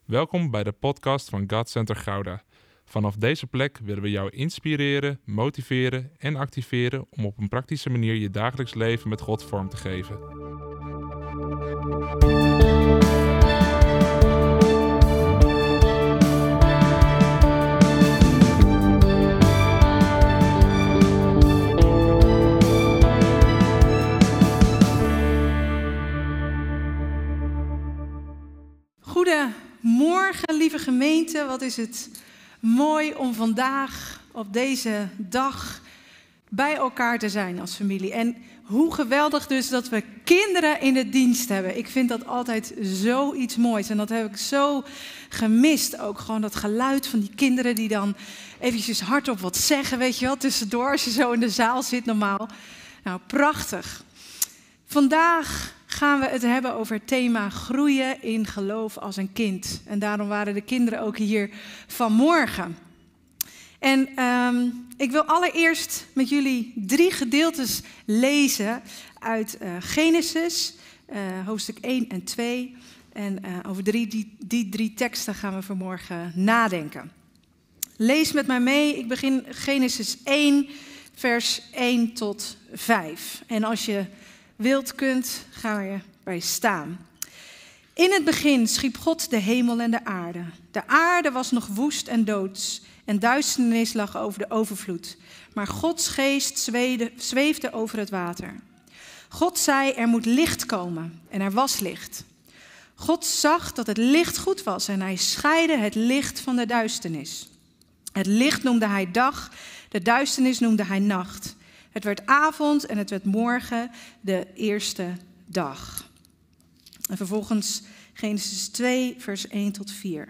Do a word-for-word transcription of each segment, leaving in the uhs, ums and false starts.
Welkom bij de podcast van God Center Gouda. Vanaf deze plek willen we jou inspireren, motiveren en activeren om op een praktische manier je dagelijks leven met God vorm te geven. Goedemorgen, lieve gemeente. Wat is het mooi om vandaag op deze dag bij elkaar te zijn als familie. En hoe geweldig dus dat we kinderen in de dienst hebben. Ik vind dat altijd zoiets moois. En dat heb ik zo gemist. Ook gewoon dat geluid van die kinderen die dan eventjes hardop wat zeggen, weet je wel, tussendoor als je zo in de zaal zit normaal. Nou, prachtig. Vandaag gaan we het hebben over het thema groeien in geloof als een kind. En daarom waren de kinderen ook hier vanmorgen. En um, ik wil allereerst met jullie drie gedeeltes lezen uit uh, Genesis, uh, hoofdstuk één en twee. En uh, over drie, die, die drie teksten gaan we vanmorgen nadenken. Lees met mij mee. Ik begin Genesis één, vers één tot vijf. En als je wilt kunt, ga je bij staan. In het begin schiep God de hemel en de aarde. De aarde was nog woest en doods en duisternis lag over de overvloed. Maar Gods geest zweefde, zweefde over het water. God zei, er moet licht komen en er was licht. God zag dat het licht goed was en hij scheidde het licht van de duisternis. Het licht noemde hij dag, de duisternis noemde hij nacht. Het werd avond en het werd morgen, de eerste dag. En vervolgens Genesis twee, vers één tot vier.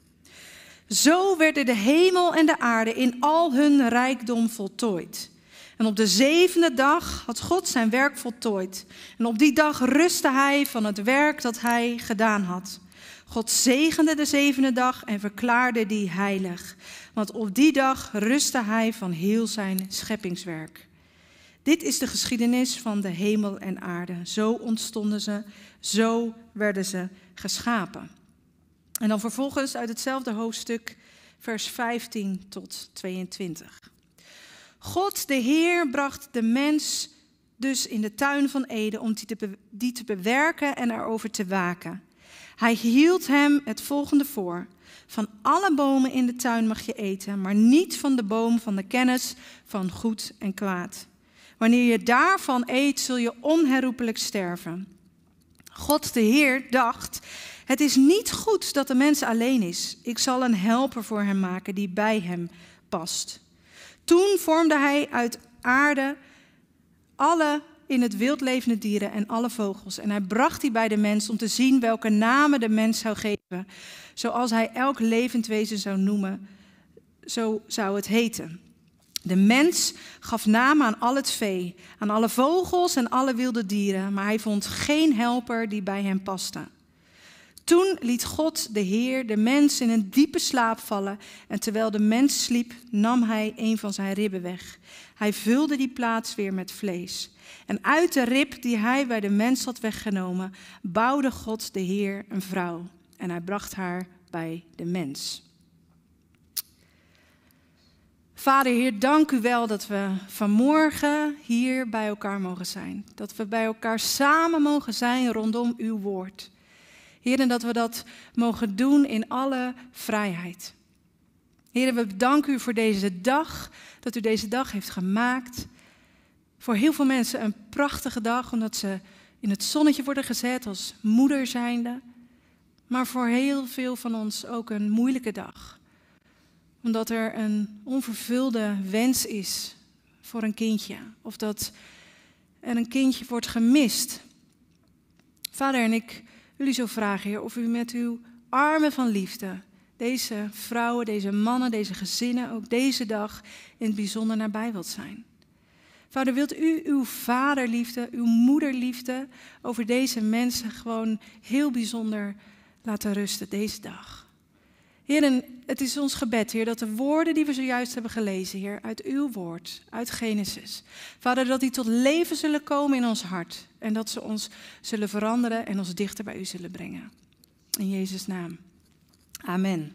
Zo werden de hemel en de aarde in al hun rijkdom voltooid. En op de zevende dag had God zijn werk voltooid. En op die dag rustte hij van het werk dat hij gedaan had. God zegende de zevende dag en verklaarde die heilig. Want op die dag rustte hij van heel zijn scheppingswerk. Dit is de geschiedenis van de hemel en aarde. Zo ontstonden ze, zo werden ze geschapen. En dan vervolgens uit hetzelfde hoofdstuk, vers vijftien tot tweeëntwintig. God, de Heer, bracht de mens dus in de tuin van Eden om die te, be- die te bewerken en erover te waken. Hij hield hem het volgende voor. Van alle bomen in de tuin mag je eten, maar niet van de boom van de kennis van goed en kwaad. Wanneer je daarvan eet, zul je onherroepelijk sterven. God de Heer dacht, het is niet goed dat de mens alleen is. Ik zal een helper voor hem maken die bij hem past. Toen vormde hij uit aarde alle in het wild levende dieren en alle vogels. En hij bracht die bij de mens om te zien welke namen de mens zou geven. Zoals hij elk levend wezen zou noemen, zo zou het heten. De mens gaf namen aan al het vee, aan alle vogels en alle wilde dieren, maar hij vond geen helper die bij hem paste. Toen liet God, de Heer, de mens in een diepe slaap vallen en terwijl de mens sliep, nam hij een van zijn ribben weg. Hij vulde die plaats weer met vlees. En uit de rib die hij bij de mens had weggenomen, bouwde God, de Heer, een vrouw. En hij bracht haar bij de mens. Vader, Heer, dank u wel dat we vanmorgen hier bij elkaar mogen zijn. Dat we bij elkaar samen mogen zijn rondom uw woord. Heer, en dat we dat mogen doen in alle vrijheid. Heer, we bedanken u voor deze dag, dat u deze dag heeft gemaakt. Voor heel veel mensen een prachtige dag, omdat ze in het zonnetje worden gezet als moeder zijnde. Maar voor heel veel van ons ook een moeilijke dag. Omdat er een onvervulde wens is voor een kindje. Of dat er een kindje wordt gemist. Vader, en ik wil u zo vragen, Heer, of u met uw armen van liefde deze vrouwen, deze mannen, deze gezinnen ook deze dag in het bijzonder nabij wilt zijn. Vader, wilt u uw vaderliefde, uw moederliefde over deze mensen gewoon heel bijzonder laten rusten deze dag. Heer, en het is ons gebed, Heer, dat de woorden die we zojuist hebben gelezen, Heer, uit uw woord, uit Genesis, Vader, dat die tot leven zullen komen in ons hart. En dat ze ons zullen veranderen en ons dichter bij u zullen brengen. In Jezus' naam. Amen.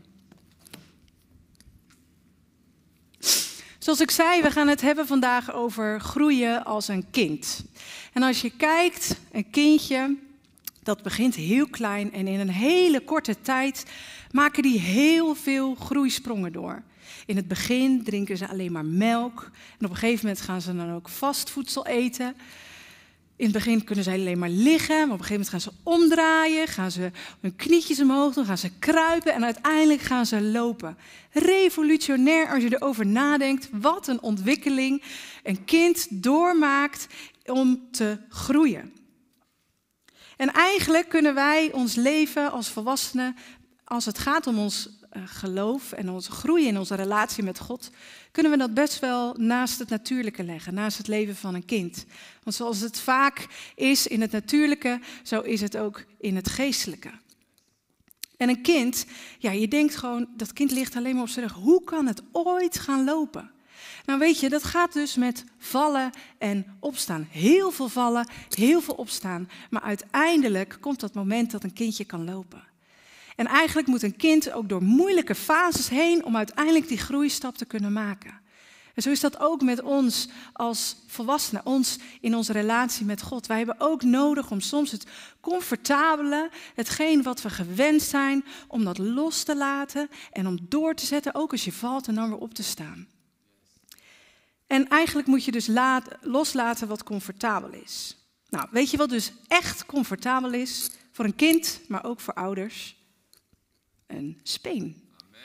Zoals ik zei, we gaan het hebben vandaag over groeien als een kind. En als je kijkt, een kindje, dat begint heel klein en in een hele korte tijd maken die heel veel groeisprongen door. In het begin drinken ze alleen maar melk en op een gegeven moment gaan ze dan ook vast voedsel eten. In het begin kunnen ze alleen maar liggen, maar op een gegeven moment gaan ze omdraaien, gaan ze hun knietjes omhoog doen, gaan ze kruipen en uiteindelijk gaan ze lopen. Revolutionair als je erover nadenkt, wat een ontwikkeling een kind doormaakt om te groeien. En eigenlijk kunnen wij ons leven als volwassenen, als het gaat om ons uh, geloof en onze groei in onze relatie met God, kunnen we dat best wel naast het natuurlijke leggen, naast het leven van een kind. Want zoals het vaak is in het natuurlijke, zo is het ook in het geestelijke. En een kind, ja, je denkt gewoon, dat kind ligt alleen maar op zijn rug. Hoe kan het ooit gaan lopen? Nou weet je, dat gaat dus met vallen en opstaan. Heel veel vallen, heel veel opstaan. Maar uiteindelijk komt dat moment dat een kindje kan lopen. En eigenlijk moet een kind ook door moeilijke fases heen om uiteindelijk die groeistap te kunnen maken. En zo is dat ook met ons als volwassenen, ons in onze relatie met God. Wij hebben ook nodig om soms het comfortabele, hetgeen wat we gewend zijn, om dat los te laten en om door te zetten, ook als je valt en dan weer op te staan. En eigenlijk moet je dus laat, loslaten wat comfortabel is. Nou, weet je wat dus echt comfortabel is voor een kind, maar ook voor ouders? Een speen.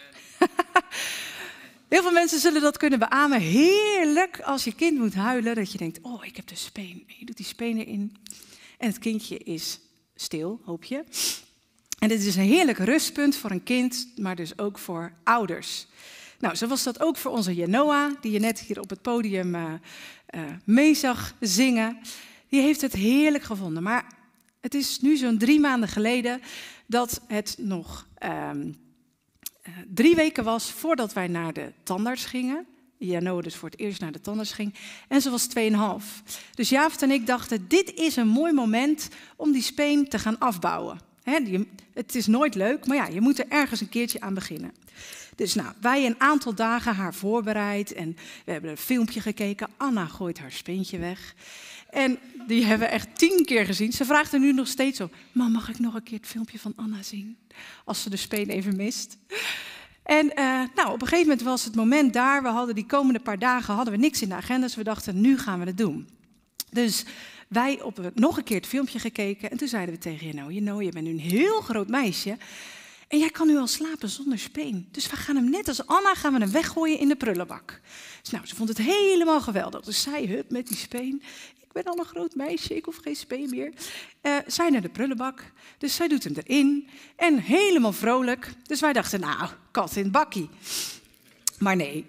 Heel veel mensen zullen dat kunnen beamen. Heerlijk als je kind moet huilen, dat je denkt, oh, ik heb de speen. En je doet die speen erin en het kindje is stil, hoop je. En dit is een heerlijk rustpunt voor een kind, maar dus ook voor ouders. Nou, zo was dat ook voor onze Janoa, die je net hier op het podium uh, uh, mee zag zingen. Die heeft het heerlijk gevonden. Maar het is nu zo'n drie maanden geleden dat het nog um, uh, drie weken was voordat wij naar de tandarts gingen. Janoa dus voor het eerst naar de tandarts ging. En ze was tweeënhalf. Dus Javert en ik dachten, dit is een mooi moment om die speen te gaan afbouwen. He, die, het is nooit leuk, maar ja, je moet er ergens een keertje aan beginnen. Dus nou, wij een aantal dagen haar voorbereid en we hebben een filmpje gekeken. Anna gooit haar speentje weg. En die hebben we echt tien keer gezien. Ze vraagt er nu nog steeds om, mam, mag ik nog een keer het filmpje van Anna zien? Als ze de speen even mist. En uh, nou, op een gegeven moment was het moment daar. We hadden die komende paar dagen hadden we niks in de agenda. Dus we dachten, nu gaan we het doen. Dus wij op nog een keer het filmpje gekeken. En toen zeiden we tegen Jano, Jano, je bent nu een heel groot meisje. En jij kan nu al slapen zonder speen. Dus we gaan hem net als Anna gaan we hem weggooien in de prullenbak. Dus nou, ze vond het helemaal geweldig. Dus zij, hup, met die speen. Ik ben al een groot meisje, ik hoef geen speen meer. Uh, zij naar de prullenbak. Dus zij doet hem erin. En helemaal vrolijk. Dus wij dachten, nou, kat in het bakkie. Maar nee.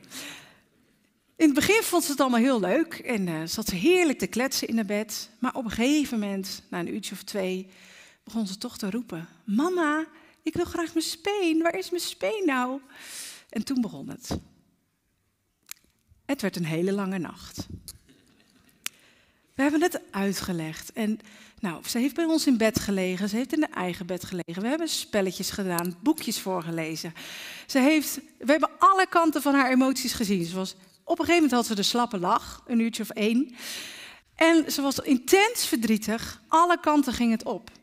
In het begin vond ze het allemaal heel leuk. En uh, zat ze heerlijk te kletsen in haar bed. Maar op een gegeven moment, na een uurtje of twee, begon ze toch te roepen. Mama, ik wil graag mijn speen. Waar is mijn speen nou? En toen begon het. Het werd een hele lange nacht. We hebben het uitgelegd. En nou, ze heeft bij ons in bed gelegen. Ze heeft in haar eigen bed gelegen. We hebben spelletjes gedaan, boekjes voorgelezen. Ze heeft, we hebben alle kanten van haar emoties gezien. Ze was, op een gegeven moment had ze de slappe lach, een uurtje of één. En ze was intens verdrietig. Alle kanten ging het op.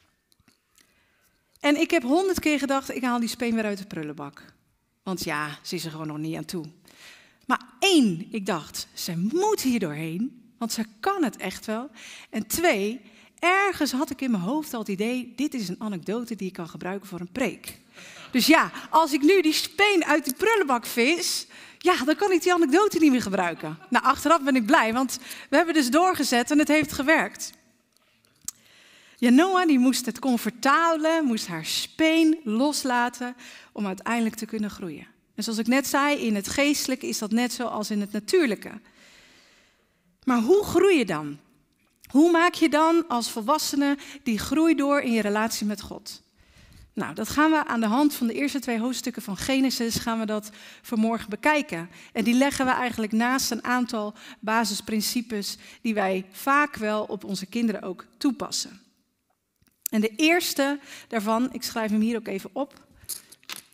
En ik heb honderd keer gedacht, ik haal die speen weer uit de prullenbak. Want ja, ze is er gewoon nog niet aan toe. Maar één, ik dacht, ze moet hier doorheen. Want ze kan het echt wel. En twee, ergens had ik in mijn hoofd al het idee, dit is een anekdote die ik kan gebruiken voor een preek. Dus ja, als ik nu die speen uit die prullenbak vis, ja, dan kan ik die anekdote niet meer gebruiken. Nou, achteraf ben ik blij, want we hebben dus doorgezet en het heeft gewerkt. Janoa, die moest het comfortabele, moest haar speen loslaten om uiteindelijk te kunnen groeien. En zoals ik net zei, in het geestelijke is dat net zo als in het natuurlijke. Maar hoe groei je dan? Hoe maak je dan als volwassene die groei door in je relatie met God? Nou, dat gaan we aan de hand van de eerste twee hoofdstukken van Genesis gaan we dat vanmorgen bekijken. En die leggen we eigenlijk naast een aantal basisprincipes die wij vaak wel op onze kinderen ook toepassen. En de eerste daarvan, ik schrijf hem hier ook even op.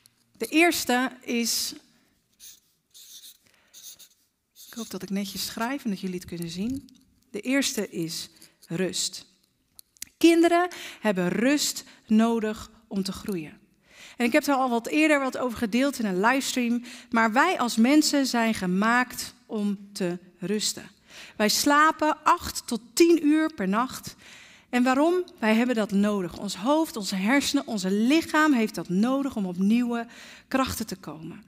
De eerste is, ik hoop dat ik netjes schrijf en dat jullie het kunnen zien. De eerste is rust. Kinderen hebben rust nodig om te groeien. En ik heb er al wat eerder wat over gedeeld in een livestream, maar wij als mensen zijn gemaakt om te rusten. Wij slapen acht tot tien uur per nacht. En waarom? Wij hebben dat nodig. Ons hoofd, onze hersenen, onze lichaam heeft dat nodig om op nieuwe krachten te komen.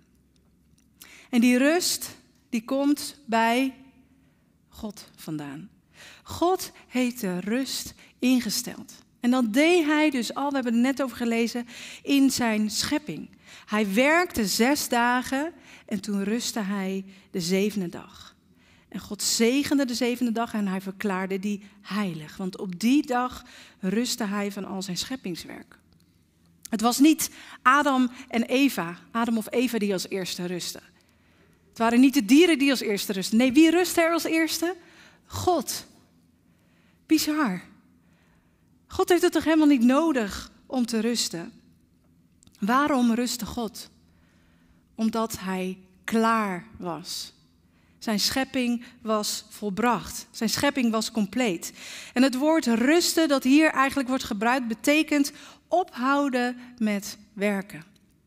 En die rust, die komt bij God vandaan. God heeft de rust ingesteld. En dan deed hij dus al, we hebben het net over gelezen, in zijn schepping. Hij werkte zes dagen en toen rustte hij de zevende dag. En God zegende de zevende dag en hij verklaarde die heilig. Want op die dag rustte hij van al zijn scheppingswerk. Het was niet Adam en Eva, Adam of Eva die als eerste rustten. Het waren niet de dieren die als eerste rustten. Nee, wie rustte er als eerste? God. Bizar. God heeft het toch helemaal niet nodig om te rusten? Waarom rustte God? Omdat hij klaar was. Zijn schepping was volbracht. Zijn schepping was compleet. En het woord rusten dat hier eigenlijk wordt gebruikt betekent ophouden met werken.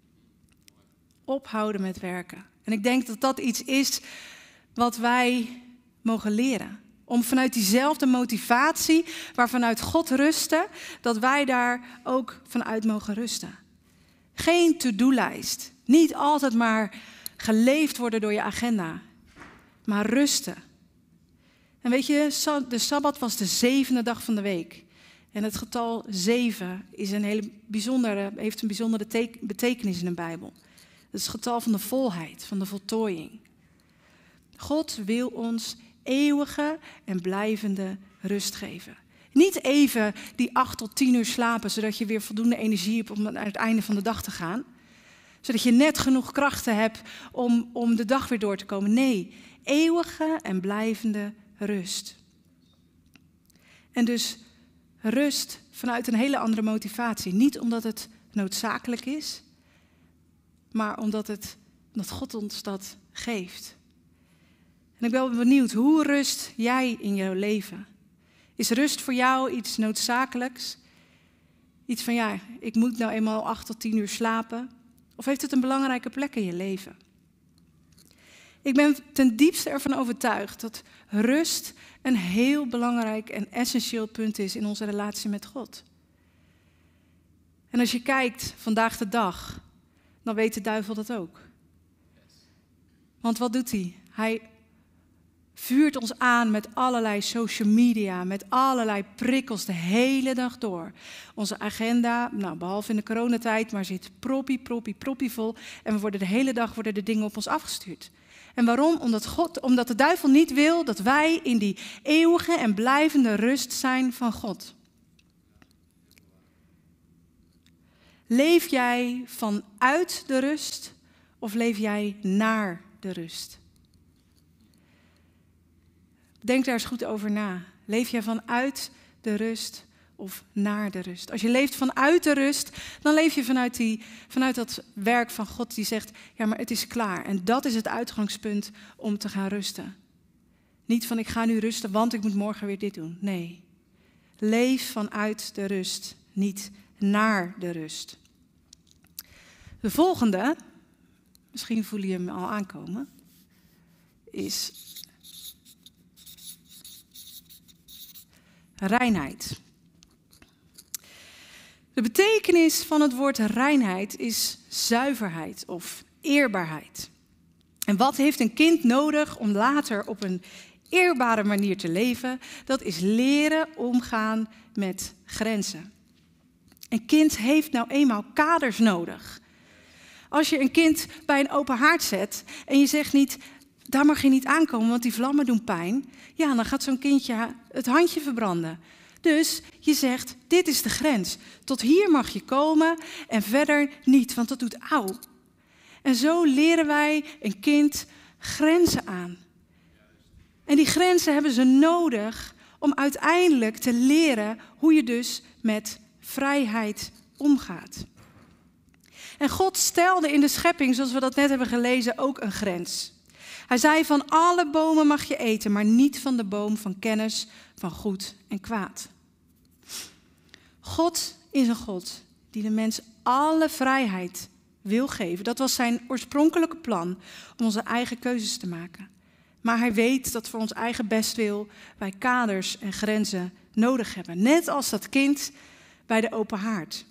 Ophouden met werken. En ik denk dat dat iets is wat wij mogen leren. Om vanuit diezelfde motivatie waarvanuit God rustte, dat wij daar ook vanuit mogen rusten. Geen to-do-lijst. Niet altijd maar geleefd worden door je agenda. Maar rusten. En weet je, de Sabbat was de zevende dag van de week. En het getal zeven is een hele bijzondere, heeft een bijzondere teken, betekenis in de Bijbel. Het is het getal van de volheid, van de voltooiing. God wil ons eeuwige en blijvende rust geven. Niet even die acht tot tien uur slapen, zodat je weer voldoende energie hebt om naar het einde van de dag te gaan. Zodat je net genoeg krachten hebt om, om de dag weer door te komen. Nee, eeuwige en blijvende rust. En dus rust vanuit een hele andere motivatie. Niet omdat het noodzakelijk is, maar omdat, het, omdat God ons dat geeft. En ik ben benieuwd, hoe rust jij in jouw leven? Is rust voor jou iets noodzakelijks? Iets van, ja, ik moet nou eenmaal acht tot tien uur slapen? Of heeft het een belangrijke plek in je leven? Ik ben ten diepste ervan overtuigd dat rust een heel belangrijk en essentieel punt is in onze relatie met God. En als je kijkt vandaag de dag, dan weet de duivel dat ook. Want wat doet hij? Hij vuurt ons aan met allerlei social media, met allerlei prikkels de hele dag door. Onze agenda, nou, behalve in de coronatijd, maar zit proppie, proppie, proppie vol. En we worden de hele dag worden de dingen op ons afgestuurd. En waarom? Omdat, God, omdat de duivel niet wil dat wij in die eeuwige en blijvende rust zijn van God. Leef jij vanuit de rust of leef jij naar de rust? Denk daar eens goed over na. Leef jij vanuit de rust of naar de rust? Als je leeft vanuit de rust, dan leef je vanuit, die, vanuit dat werk van God die zegt, ja, maar het is klaar. En dat is het uitgangspunt om te gaan rusten. Niet van, ik ga nu rusten, want ik moet morgen weer dit doen. Nee, leef vanuit de rust, niet naar de rust. De volgende, misschien voel je hem al aankomen, is reinheid. De betekenis van het woord reinheid is zuiverheid of eerbaarheid. En wat heeft een kind nodig om later op een eerbare manier te leven? Dat is leren omgaan met grenzen. Een kind heeft nou eenmaal kaders nodig. Als je een kind bij een open haard zet en je zegt niet, daar mag je niet aankomen, want die vlammen doen pijn. Ja, dan gaat zo'n kindje het handje verbranden. Dus je zegt, dit is de grens. Tot hier mag je komen en verder niet, want dat doet auw. En zo leren wij een kind grenzen aan. En die grenzen hebben ze nodig om uiteindelijk te leren hoe je dus met vrijheid omgaat. En God stelde in de schepping, zoals we dat net hebben gelezen, ook een grens. Hij zei van alle bomen mag je eten, maar niet van de boom van kennis van goed en kwaad. God is een God die de mens alle vrijheid wil geven. Dat was zijn oorspronkelijke plan, om onze eigen keuzes te maken. Maar hij weet dat voor ons eigen bestwil wij kaders en grenzen nodig hebben. Net als dat kind bij de open haard.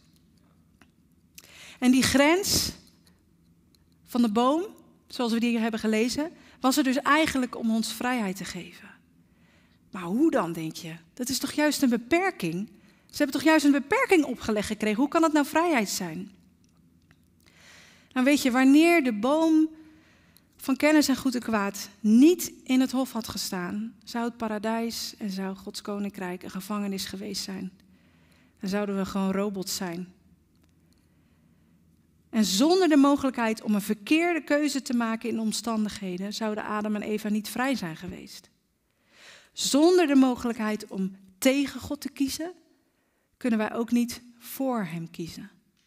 En die grens van de boom, zoals we die hier hebben gelezen, was er dus eigenlijk om ons vrijheid te geven. Maar hoe dan, denk je? Dat is toch juist een beperking? Ze hebben toch juist een beperking opgelegd gekregen? Hoe kan dat nou vrijheid zijn? Nou weet je, wanneer de boom van kennis en goed en kwaad niet in het hof had gestaan, zou het paradijs en zou Gods koninkrijk een gevangenis geweest zijn. Dan zouden we gewoon robots zijn. En zonder de mogelijkheid om een verkeerde keuze te maken in omstandigheden, zouden Adam en Eva niet vrij zijn geweest. Zonder de mogelijkheid om tegen God te kiezen, kunnen wij ook niet voor hem kiezen.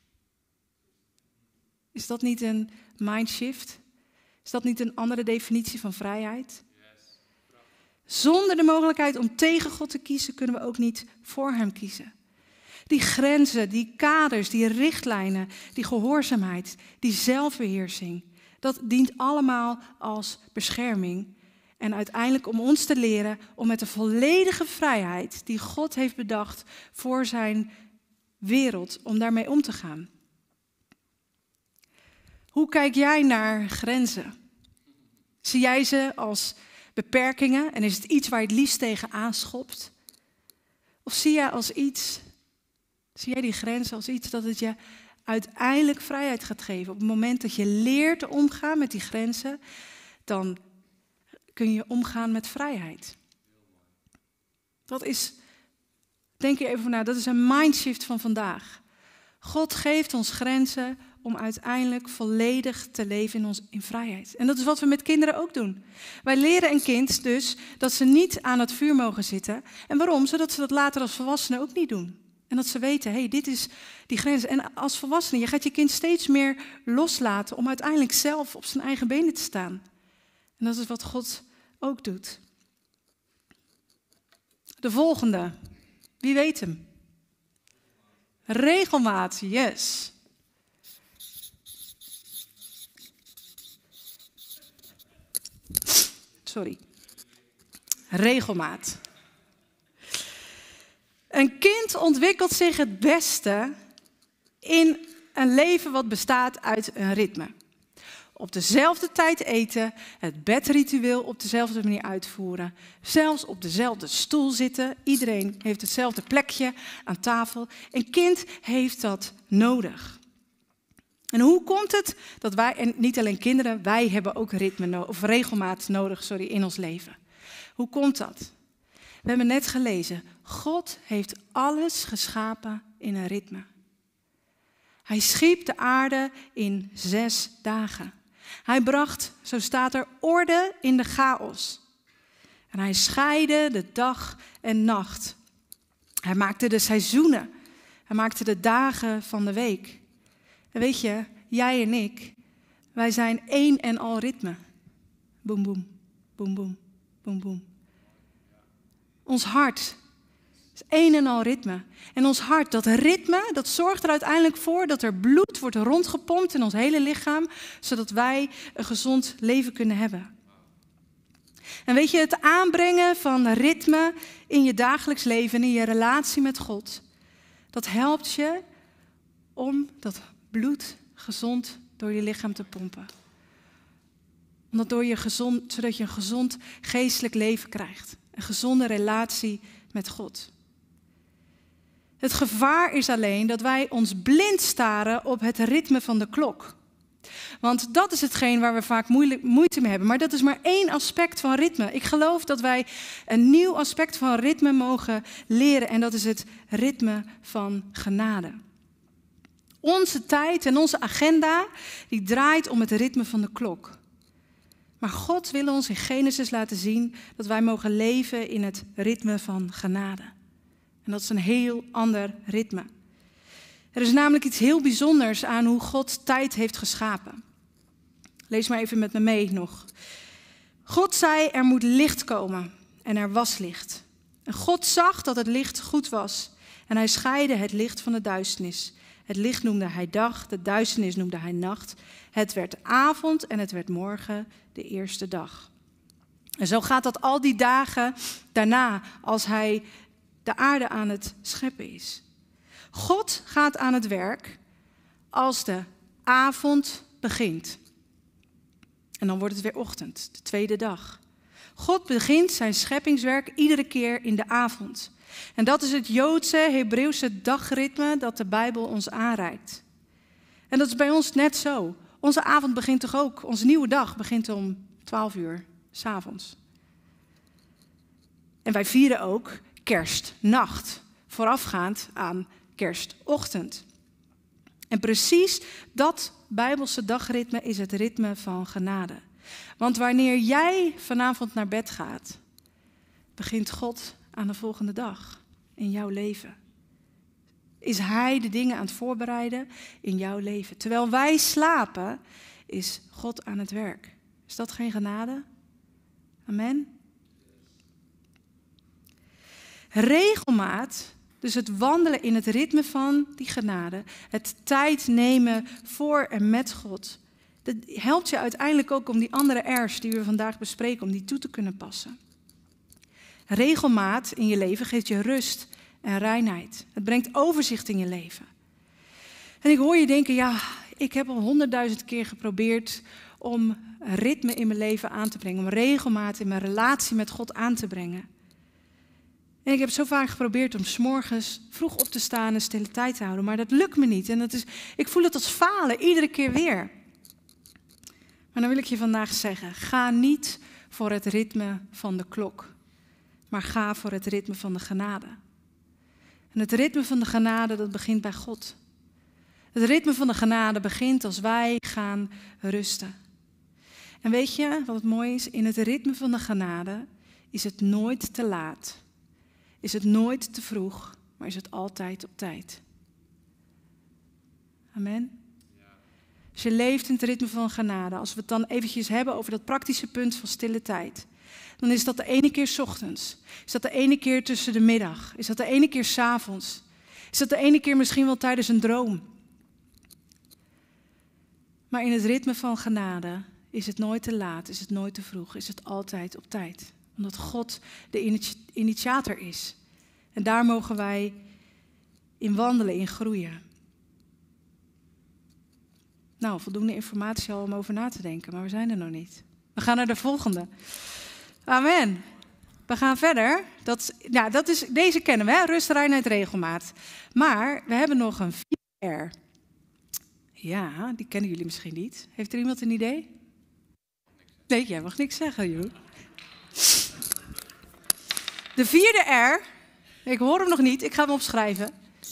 Is dat niet een mindshift? Is dat niet een andere definitie van vrijheid? Zonder de mogelijkheid om tegen God te kiezen, kunnen we ook niet voor hem kiezen. Die grenzen, die kaders, die richtlijnen, die gehoorzaamheid, die zelfbeheersing, dat dient allemaal als bescherming. En uiteindelijk om ons te leren om met de volledige vrijheid die God heeft bedacht voor zijn wereld, om daarmee om te gaan. Hoe kijk jij naar grenzen? Zie jij ze als beperkingen en is het iets waar je het liefst tegen aanschopt? Of zie jij als iets, zie jij die grenzen als iets dat het je uiteindelijk vrijheid gaat geven? Op het moment dat je leert te omgaan met die grenzen, dan kun je omgaan met vrijheid. Dat is, denk je even over na, dat is een mindshift van vandaag. God geeft ons grenzen om uiteindelijk volledig te leven in, ons, in vrijheid. En dat is wat we met kinderen ook doen. Wij leren een kind dus dat ze niet aan het vuur mogen zitten. En waarom? Zodat ze dat later als volwassenen ook niet doen. En dat ze weten, hé, hey, dit is die grens. En als volwassene, je gaat je kind steeds meer loslaten om uiteindelijk zelf op zijn eigen benen te staan. En dat is wat God ook doet. De volgende. Wie weet hem? Regelmaat, yes. Sorry. Regelmaat. Een kind ontwikkelt zich het beste in een leven wat bestaat uit een ritme. Op dezelfde tijd eten, het bedritueel op dezelfde manier uitvoeren, zelfs op dezelfde stoel zitten. Iedereen heeft hetzelfde plekje aan tafel. Een kind heeft dat nodig. En hoe komt het dat wij, en niet alleen kinderen, wij hebben ook ritme no- of regelmaat nodig sorry, in ons leven. Hoe komt dat? We hebben net gelezen, God heeft alles geschapen in een ritme. Hij schiep de aarde in zes dagen. Hij bracht, zo staat er, orde in de chaos. En hij scheidde de dag en nacht. Hij maakte de seizoenen. Hij maakte de dagen van de week. En weet je, jij en ik, wij zijn één en al ritme. Boem, boem, boem, boem, boem, boem. Ons hart is één en al ritme. En ons hart, dat ritme, dat zorgt er uiteindelijk voor dat er bloed wordt rondgepompt in ons hele lichaam, zodat wij een gezond leven kunnen hebben. En weet je, het aanbrengen van ritme in je dagelijks leven, in je relatie met God, dat helpt je om dat bloed gezond door je lichaam te pompen. Omdat door je gezond, zodat je een gezond geestelijk leven krijgt. Een gezonde relatie met God. Het gevaar is alleen dat wij ons blind staren op het ritme van de klok. Want dat is hetgeen waar we vaak moeilijk, moeite mee hebben. Maar dat is maar één aspect van ritme. Ik geloof dat wij een nieuw aspect van ritme mogen leren. En dat is het ritme van genade. Onze tijd en onze agenda, die draait om het ritme van de klok. Maar God wil ons in Genesis laten zien dat wij mogen leven in het ritme van genade. En dat is een heel ander ritme. Er is namelijk iets heel bijzonders aan hoe God tijd heeft geschapen. Lees maar even met me mee nog. God zei, er moet licht komen. En er was licht. En God zag dat het licht goed was. En hij scheidde het licht van de duisternis. Het licht noemde hij dag, de duisternis noemde hij nacht. Het werd avond en het werd morgen, de eerste dag. En zo gaat dat al die dagen daarna, als hij de aarde aan het scheppen is. God gaat aan het werk als de avond begint. En dan wordt het weer ochtend, de tweede dag. God begint zijn scheppingswerk iedere keer in de avond. En dat is het Joodse, Hebreeuwse dagritme dat de Bijbel ons aanreikt. En dat is bij ons net zo. Onze avond begint toch ook, onze nieuwe dag begint om twaalf uur 's avonds. En wij vieren ook kerstnacht, voorafgaand aan kerstochtend. En precies dat Bijbelse dagritme is het ritme van genade. Want wanneer jij vanavond naar bed gaat, begint God aan de volgende dag in jouw leven. Is Hij de dingen aan het voorbereiden in jouw leven. Terwijl wij slapen, is God aan het werk. Is dat geen genade? Amen. Regelmaat, dus het wandelen in het ritme van die genade, het tijd nemen voor en met God, dat helpt je uiteindelijk ook om die andere R's die we vandaag bespreken, om die toe te kunnen passen. Regelmaat in je leven geeft je rust en reinheid. Het brengt overzicht in je leven. En ik hoor je denken, ja, ik heb al honderdduizend keer geprobeerd om ritme in mijn leven aan te brengen, om regelmaat in mijn relatie met God aan te brengen. En ik heb zo vaak geprobeerd om 's morgens vroeg op te staan en stille tijd te houden, maar dat lukt me niet. En dat is, ik voel het als falen, iedere keer weer. Maar dan wil ik je vandaag zeggen, ga niet voor het ritme van de klok, maar ga voor het ritme van de genade. En het ritme van de genade, dat begint bij God. Het ritme van de genade begint als wij gaan rusten. En weet je wat het mooi is? In het ritme van de genade is het nooit te laat. Is het nooit te vroeg, maar is het altijd op tijd. Amen. Als je leeft in het ritme van genade, als we het dan eventjes hebben over dat praktische punt van stille tijd, dan is dat de ene keer 's ochtends, is dat de ene keer tussen de middag, is dat de ene keer 's avonds, is dat de ene keer misschien wel tijdens een droom. Maar in het ritme van genade is het nooit te laat, is het nooit te vroeg, is het altijd op tijd. Omdat God de initiator is. En daar mogen wij in wandelen, in groeien. Nou, voldoende informatie al om over na te denken, maar we zijn er nog niet. We gaan naar de volgende. Amen. We gaan verder. Dat, ja, dat is, deze kennen we, hè? Rust, reinheid, regelmaat. Maar we hebben nog een vierde R. Ja, die kennen jullie misschien niet. Heeft er iemand een idee? Nee, jij mag niks zeggen, joh. De vierde R, ik hoor hem nog niet, ik ga hem opschrijven.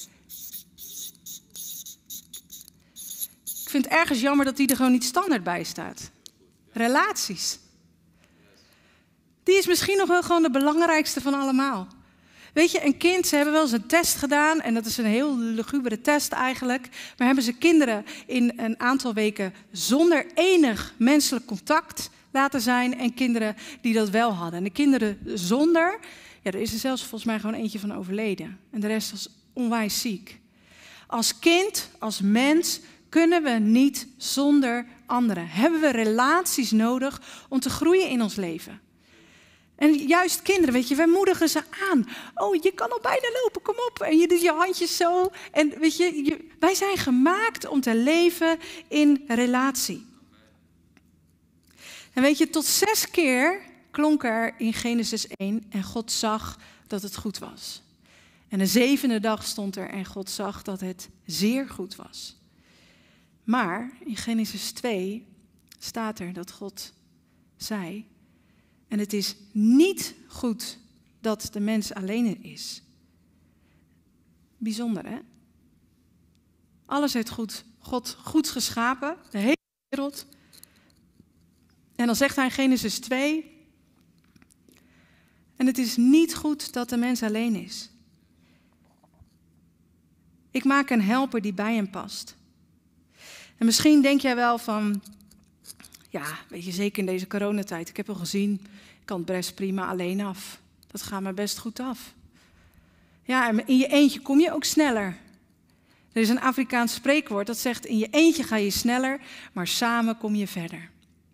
Ik vind het ergens jammer dat die er gewoon niet standaard bij staat. Relaties. Die is misschien nog wel gewoon de belangrijkste van allemaal. Weet je, een kind, ze hebben wel eens een test gedaan en dat is een heel lugubere test eigenlijk. Maar hebben ze kinderen in een aantal weken zonder enig menselijk contact laten zijn en kinderen die dat wel hadden. En de kinderen zonder, ja, er is er zelfs volgens mij gewoon eentje van overleden. En de rest was onwijs ziek. Als kind, als mens, kunnen we niet zonder anderen. Hebben we relaties nodig om te groeien in ons leven. En juist kinderen, weet je, wij moedigen ze aan. Oh, je kan al bijna lopen, kom op. En je doet je handjes zo. En weet je, je wij zijn gemaakt om te leven in relatie. En weet je, tot zes keer klonk er in Genesis één en God zag dat het goed was. En de zevende dag stond er en God zag dat het zeer goed was. Maar in Genesis twee staat er dat God zei, en het is niet goed dat de mens alleen is. Bijzonder, hè? Alles heeft goed, God goed geschapen, de hele wereld. En dan zegt hij in Genesis twee, en het is niet goed dat de mens alleen is. Ik maak een helper die bij hem past. En misschien denk jij wel van, ja, weet je, zeker in deze coronatijd. Ik heb al gezien, ik kan het best prima alleen af. Dat gaat me best goed af. Ja, en in je eentje kom je ook sneller. Er is een Afrikaans spreekwoord dat zegt, in je eentje ga je sneller, maar samen kom je verder.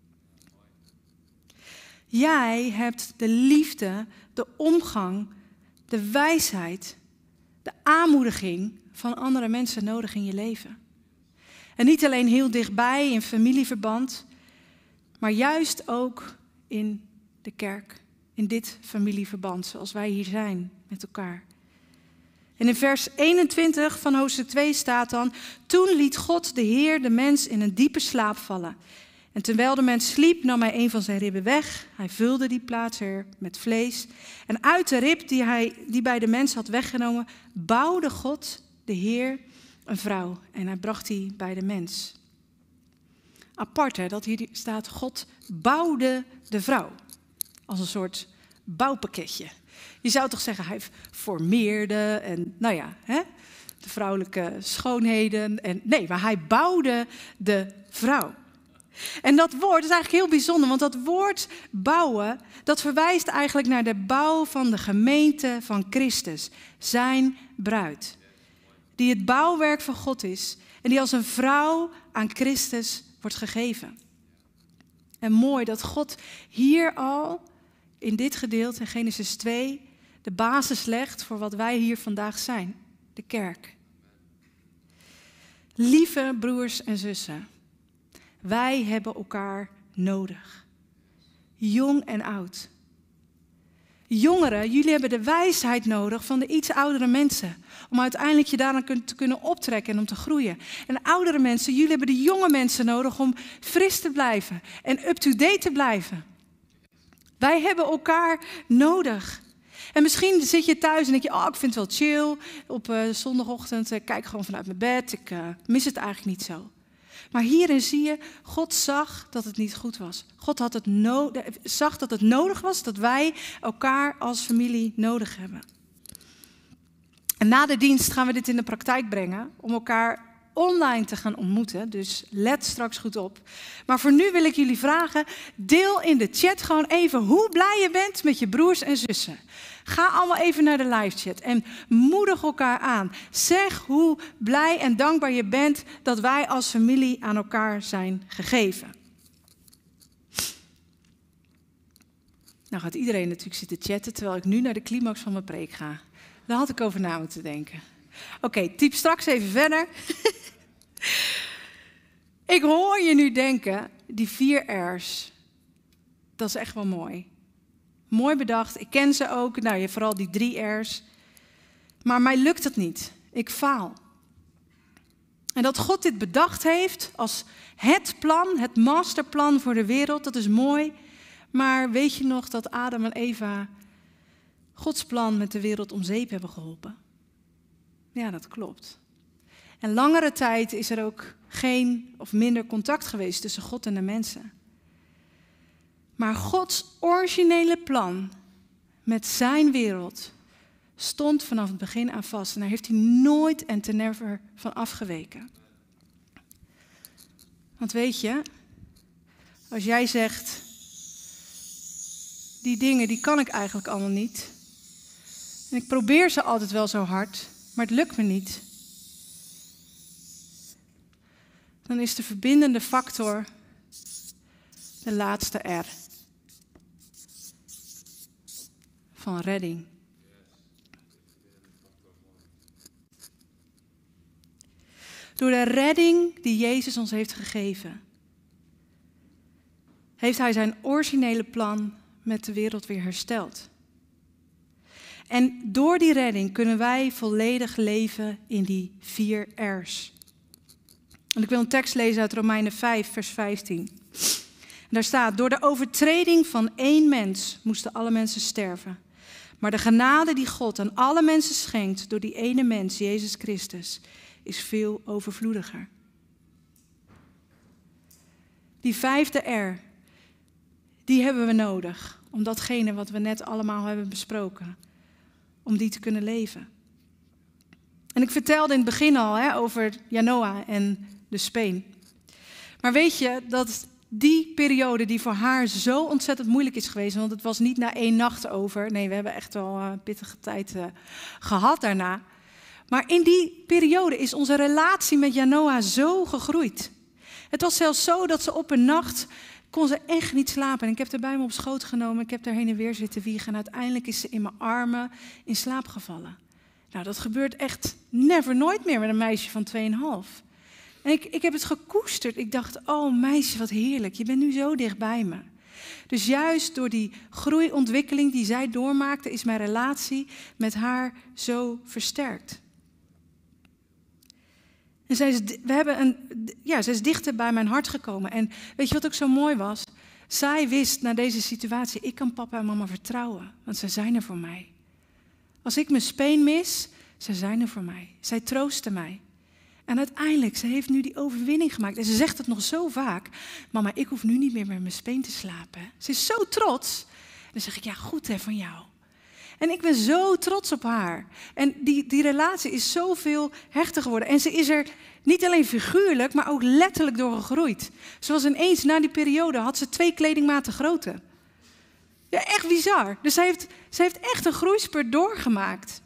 Jij hebt de liefde, de omgang, de wijsheid, de aanmoediging van andere mensen nodig in je leven. En niet alleen heel dichtbij in familieverband, maar juist ook in de kerk, in dit familieverband, zoals wij hier zijn met elkaar. En in vers eenentwintig van hoofdstuk twee staat dan, toen liet God de Heer de mens in een diepe slaap vallen. En terwijl de mens sliep, nam hij een van zijn ribben weg. Hij vulde die plaats er met vlees. En uit de rib die hij die bij de mens had weggenomen, bouwde God, de Heer, een vrouw. En hij bracht die bij de mens. Apart hè, dat hier staat, God bouwde de vrouw. Als een soort bouwpakketje. Je zou toch zeggen, hij formeerde en nou ja, hè, de vrouwelijke schoonheden. En, nee, maar hij bouwde de vrouw. En dat woord is eigenlijk heel bijzonder, want dat woord bouwen, dat verwijst eigenlijk naar de bouw van de gemeente van Christus, zijn bruid. Die het bouwwerk van God is en die als een vrouw aan Christus wordt gegeven. En mooi dat God hier al, in dit gedeelte, in Genesis twee, de basis legt voor wat wij hier vandaag zijn, de kerk. Lieve broers en zussen, wij hebben elkaar nodig. Jong en oud. Jongeren, jullie hebben de wijsheid nodig van de iets oudere mensen. Om uiteindelijk je daaraan te kunnen optrekken en om te groeien. En oudere mensen, jullie hebben de jonge mensen nodig om fris te blijven. En up-to-date te blijven. Wij hebben elkaar nodig. En misschien zit je thuis en denk je, oh, ik vind het wel chill. Op uh, zondagochtend, uh, kijk gewoon vanuit mijn bed. Ik uh, mis het eigenlijk niet zo. Maar hierin zie je, God zag dat het niet goed was. God had het no- zag dat het nodig was dat wij elkaar als familie nodig hebben. En na de dienst gaan we dit in de praktijk brengen om elkaar online te gaan ontmoeten. Dus let straks goed op. Maar voor nu wil ik jullie vragen, deel in de chat gewoon even hoe blij je bent met je broers en zussen. Ga allemaal even naar de live chat en moedig elkaar aan. Zeg hoe blij en dankbaar je bent dat wij als familie aan elkaar zijn gegeven. Nou gaat iedereen natuurlijk zitten chatten, terwijl ik nu naar de climax van mijn preek ga. Daar had ik over na moeten denken. Oké, okay, typ straks even verder. Ik hoor je nu denken, die vier R's, dat is echt wel mooi. Mooi bedacht, ik ken ze ook, nou, je, vooral die drie R's. Maar mij lukt het niet, ik faal. En dat God dit bedacht heeft als het plan, het masterplan voor de wereld, dat is mooi. Maar weet je nog dat Adam en Eva Gods plan met de wereld om zeep hebben geholpen? Ja, dat klopt. En langere tijd is er ook geen of minder contact geweest tussen God en de mensen. Maar Gods originele plan met zijn wereld stond vanaf het begin aan vast. En daar heeft hij nooit en ten never van afgeweken. Want weet je, als jij zegt, die dingen die kan ik eigenlijk allemaal niet. En ik probeer ze altijd wel zo hard, maar het lukt me niet. Dan is de verbindende factor de laatste R. Van redding. Door de redding die Jezus ons heeft gegeven, heeft hij zijn originele plan met de wereld weer hersteld. En door die redding kunnen wij volledig leven in die vier R's. En ik wil een tekst lezen uit Romeinen vijf, vers vijftien. En daar staat, door de overtreding van één mens moesten alle mensen sterven. Maar de genade die God aan alle mensen schenkt door die ene mens, Jezus Christus, is veel overvloediger. Die vijfde R, die hebben we nodig om datgene wat we net allemaal hebben besproken, om die te kunnen leven. En ik vertelde in het begin al hè, over Janoa en de speen. Maar weet je dat die periode die voor haar zo ontzettend moeilijk is geweest, want het was niet na één nacht over. Nee, we hebben echt wel een pittige tijd uh, gehad daarna. Maar in die periode is onze relatie met Janoa zo gegroeid. Het was zelfs zo dat ze op een nacht kon ze echt niet slapen. En ik heb haar bij me op schoot genomen, ik heb haar heen en weer zitten wiegen. En uiteindelijk is ze in mijn armen in slaap gevallen. Nou, dat gebeurt echt never, nooit meer met een meisje van tweeënhalf. En ik, ik heb het gekoesterd. Ik dacht, oh meisje, wat heerlijk. Je bent nu zo dicht bij me. Dus juist door die groeiontwikkeling die zij doormaakte, is mijn relatie met haar zo versterkt. En zij is, we hebben een, ja, zij is dichter bij mijn hart gekomen. En weet je wat ook zo mooi was? Zij wist na deze situatie, ik kan papa en mama vertrouwen. Want zij zijn er voor mij. Als ik mijn speen mis, zij zijn er voor mij. Zij troosten mij. En uiteindelijk, ze heeft nu die overwinning gemaakt. En ze zegt het nog zo vaak. Mama, ik hoef nu niet meer met mijn speen te slapen. Ze is zo trots. En dan zeg ik, ja goed hè, van jou. En ik ben zo trots op haar. En die, die relatie is zoveel hechter geworden. En ze is er niet alleen figuurlijk, maar ook letterlijk door gegroeid. Zoals ineens na die periode had ze twee kledingmaten groter. Ja, echt bizar. Dus zij heeft, zij heeft echt een groeispurt doorgemaakt.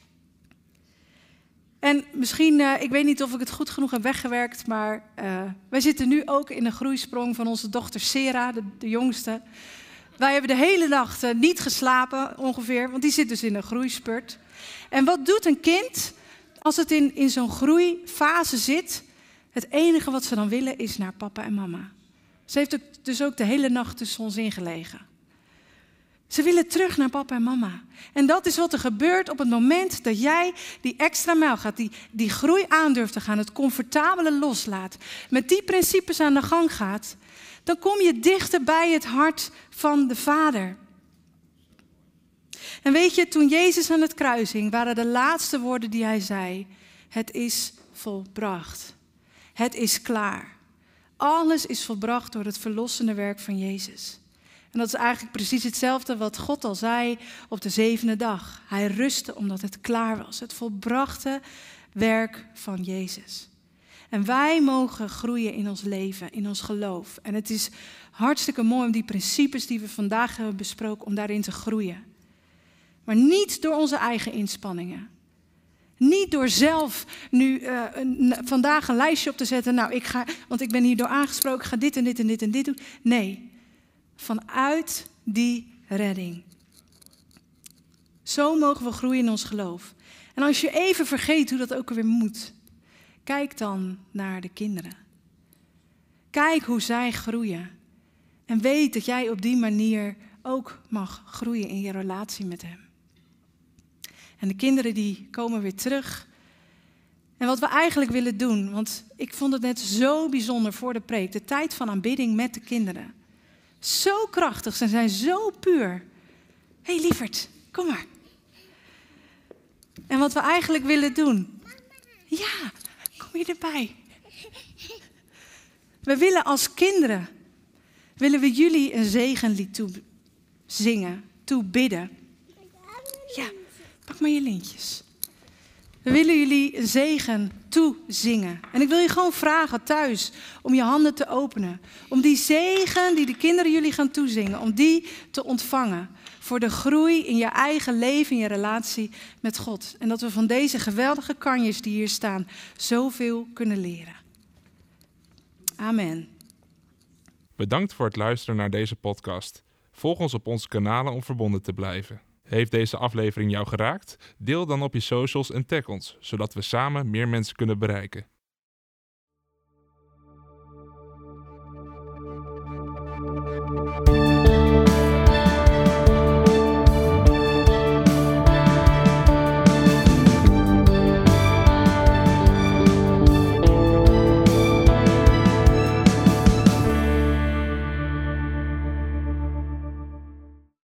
En misschien, uh, ik weet niet of ik het goed genoeg heb weggewerkt, maar uh, wij zitten nu ook in een groeisprong van onze dochter Sera, de, de jongste. Wij hebben de hele nacht uh, niet geslapen ongeveer, want die zit dus in een groeispurt. En wat doet een kind als het in, in zo'n groeifase zit? Het enige wat ze dan willen is naar papa en mama. Ze heeft ook, dus ook de hele nacht tussen ons ingelegen. Ze willen terug naar papa en mama. En dat is wat er gebeurt op het moment dat jij die extra mijl gaat, die, die groei aandurft te gaan, het comfortabele loslaat, met die principes aan de gang gaat, dan kom je dichter bij het hart van de Vader. En weet je, toen Jezus aan het kruis hing, waren de laatste woorden die hij zei, het is volbracht. Het is klaar. Alles is volbracht door het verlossende werk van Jezus. En dat is eigenlijk precies hetzelfde wat God al zei op de zevende dag. Hij rustte omdat het klaar was. Het volbrachte werk van Jezus. En wij mogen groeien in ons leven, in ons geloof. En het is hartstikke mooi om die principes die we vandaag hebben besproken, om daarin te groeien. Maar niet door onze eigen inspanningen. Niet door zelf nu uh, een, vandaag een lijstje op te zetten. Nou, ik ga, want ik ben hierdoor aangesproken, ik ga dit en dit en dit en dit doen. Nee. Vanuit die redding. Zo mogen we groeien in ons geloof. En als je even vergeet hoe dat ook weer moet, kijk dan naar de kinderen. Kijk hoe zij groeien. En weet dat jij op die manier ook mag groeien in je relatie met hem. En de kinderen die komen weer terug. En wat we eigenlijk willen doen, want ik vond het net zo bijzonder voor de preek, de tijd van aanbidding met de kinderen. Zo krachtig, ze zijn zo puur. Hé hey, lieverd, kom maar. En wat we eigenlijk willen doen. Ja, kom je erbij. We willen als kinderen, willen we jullie een zegenlied toe zingen, toe bidden. Ja, pak maar je lintjes. We willen jullie een zegen toezingen. En ik wil je gewoon vragen thuis om je handen te openen. Om die zegen die de kinderen jullie gaan toezingen, om die te ontvangen. Voor de groei in je eigen leven, in je relatie met God. En dat we van deze geweldige kanjes die hier staan, zoveel kunnen leren. Amen. Bedankt voor het luisteren naar deze podcast. Volg ons op onze kanalen om verbonden te blijven. Heeft deze aflevering jou geraakt? Deel dan op je socials en tag ons, zodat we samen meer mensen kunnen bereiken.